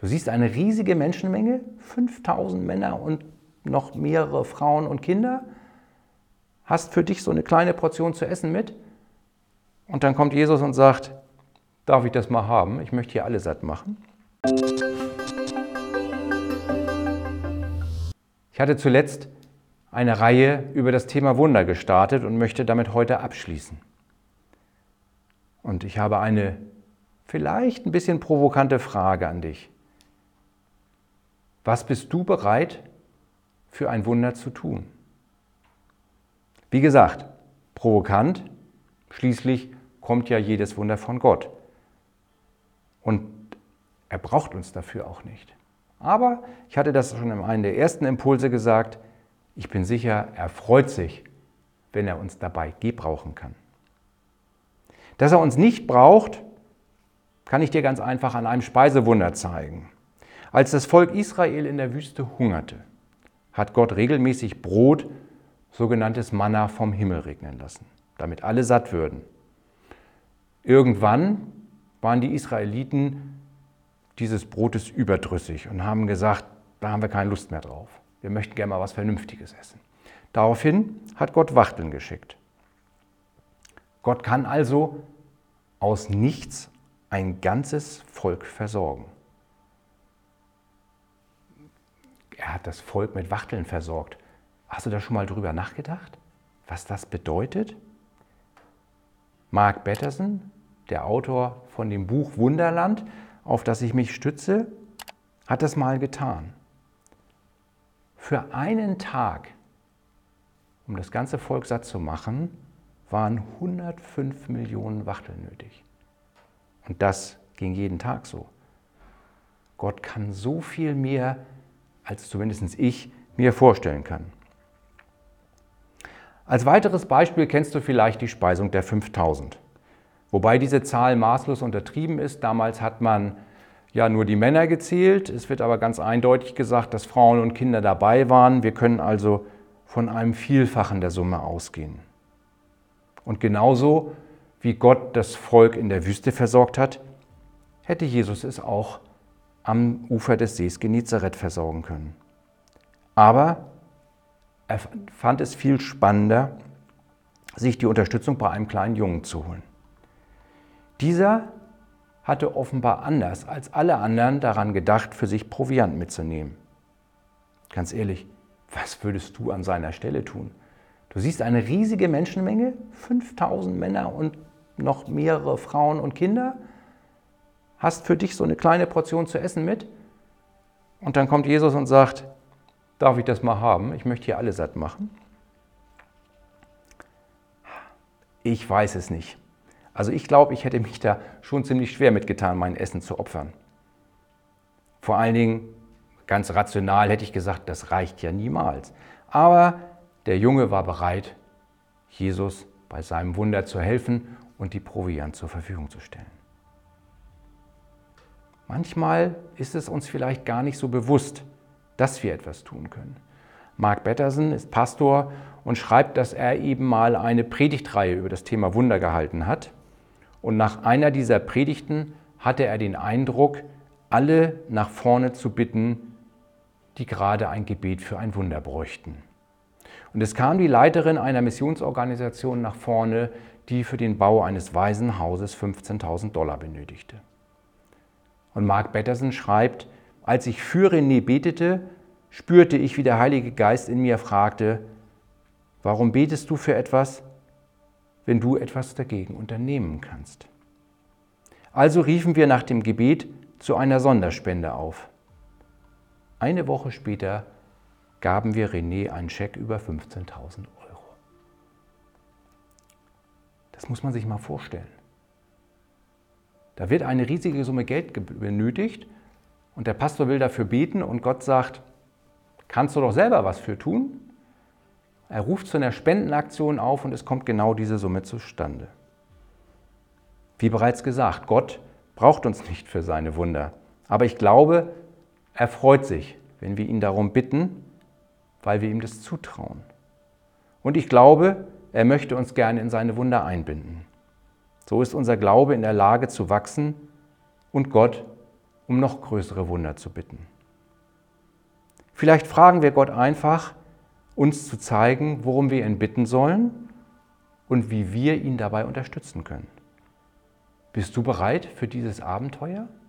Du siehst eine riesige Menschenmenge, 5000 Männer und noch mehrere Frauen und Kinder, hast für dich so eine kleine Portion zu essen mit und dann kommt Jesus und sagt, darf ich das mal haben? Ich möchte hier alle satt machen. Ich hatte zuletzt eine Reihe über das Thema Wunder gestartet und möchte damit heute abschließen. Und ich habe eine vielleicht ein bisschen provokante Frage an dich. Was bist du bereit für ein Wunder zu tun? Wie gesagt, provokant, schließlich kommt ja jedes Wunder von Gott. Und er braucht uns dafür auch nicht. Aber ich hatte das schon in einem der ersten Impulse gesagt, ich bin sicher, er freut sich, wenn er uns dabei gebrauchen kann. Dass er uns nicht braucht, kann ich dir ganz einfach an einem Speisewunder zeigen. Als das Volk Israel in der Wüste hungerte, hat Gott regelmäßig Brot, sogenanntes Manna, vom Himmel regnen lassen, damit alle satt würden. Irgendwann waren die Israeliten dieses Brotes überdrüssig und haben gesagt, da haben wir keine Lust mehr drauf. Wir möchten gerne mal was Vernünftiges essen. Daraufhin hat Gott Wachteln geschickt. Gott kann also aus nichts ein ganzes Volk versorgen. Er hat das Volk mit Wachteln versorgt. Hast du da schon mal drüber nachgedacht, was das bedeutet? Mark Batterson, der Autor von dem Buch Wunderland, auf das ich mich stütze, hat das mal getan. Für einen Tag, um das ganze Volk satt zu machen, waren 105 Millionen Wachteln nötig. Und das ging jeden Tag so. Gott kann so viel mehr, als zumindest ich mir vorstellen kann. Als weiteres Beispiel kennst du vielleicht die Speisung der 5000. Wobei diese Zahl maßlos untertrieben ist. Damals hat man ja nur die Männer gezählt. Es wird aber ganz eindeutig gesagt, dass Frauen und Kinder dabei waren. Wir können also von einem Vielfachen der Summe ausgehen. Und genauso wie Gott das Volk in der Wüste versorgt hat, hätte Jesus es auch am Ufer des Sees Genezareth versorgen können. Aber er fand es viel spannender, sich die Unterstützung bei einem kleinen Jungen zu holen. Dieser hatte offenbar anders als alle anderen daran gedacht, für sich Proviant mitzunehmen. Ganz ehrlich, was würdest du an seiner Stelle tun? Du siehst eine riesige Menschenmenge, 5000 Männer und noch mehrere Frauen und Kinder, hast für dich so eine kleine Portion zu essen mit und dann kommt Jesus und sagt, darf ich das mal haben? Ich möchte hier alle satt machen. Ich weiß es nicht. Also ich glaube, ich hätte mich da schon ziemlich schwer mitgetan, mein Essen zu opfern. Vor allen Dingen, ganz rational hätte ich gesagt, das reicht ja niemals. Aber der Junge war bereit, Jesus bei seinem Wunder zu helfen und die Proviant zur Verfügung zu stellen. Manchmal ist es uns vielleicht gar nicht so bewusst, dass wir etwas tun können. Mark Batterson ist Pastor und schreibt, dass er eben mal eine Predigtreihe über das Thema Wunder gehalten hat. Und nach einer dieser Predigten hatte er den Eindruck, alle nach vorne zu bitten, die gerade ein Gebet für ein Wunder bräuchten. Und es kam die Leiterin einer Missionsorganisation nach vorne, die für den Bau eines Waisenhauses $15.000 benötigte. Und Mark Batterson schreibt, als ich für René betete, spürte ich, wie der Heilige Geist in mir fragte, warum betest du für etwas, wenn du etwas dagegen unternehmen kannst? Also riefen wir nach dem Gebet zu einer Sonderspende auf. Eine Woche später gaben wir René einen Scheck über 15.000 €. Das muss man sich mal vorstellen. Da wird eine riesige Summe Geld benötigt und der Pastor will dafür beten und Gott sagt, kannst du doch selber was für tun? Er ruft zu einer Spendenaktion auf und es kommt genau diese Summe zustande. Wie bereits gesagt, Gott braucht uns nicht für seine Wunder. Aber ich glaube, er freut sich, wenn wir ihn darum bitten, weil wir ihm das zutrauen. Und ich glaube, er möchte uns gerne in seine Wunder einbinden. So ist unser Glaube in der Lage zu wachsen und Gott um noch größere Wunder zu bitten. Vielleicht fragen wir Gott einfach, uns zu zeigen, worum wir ihn bitten sollen und wie wir ihn dabei unterstützen können. Bist du bereit für dieses Abenteuer?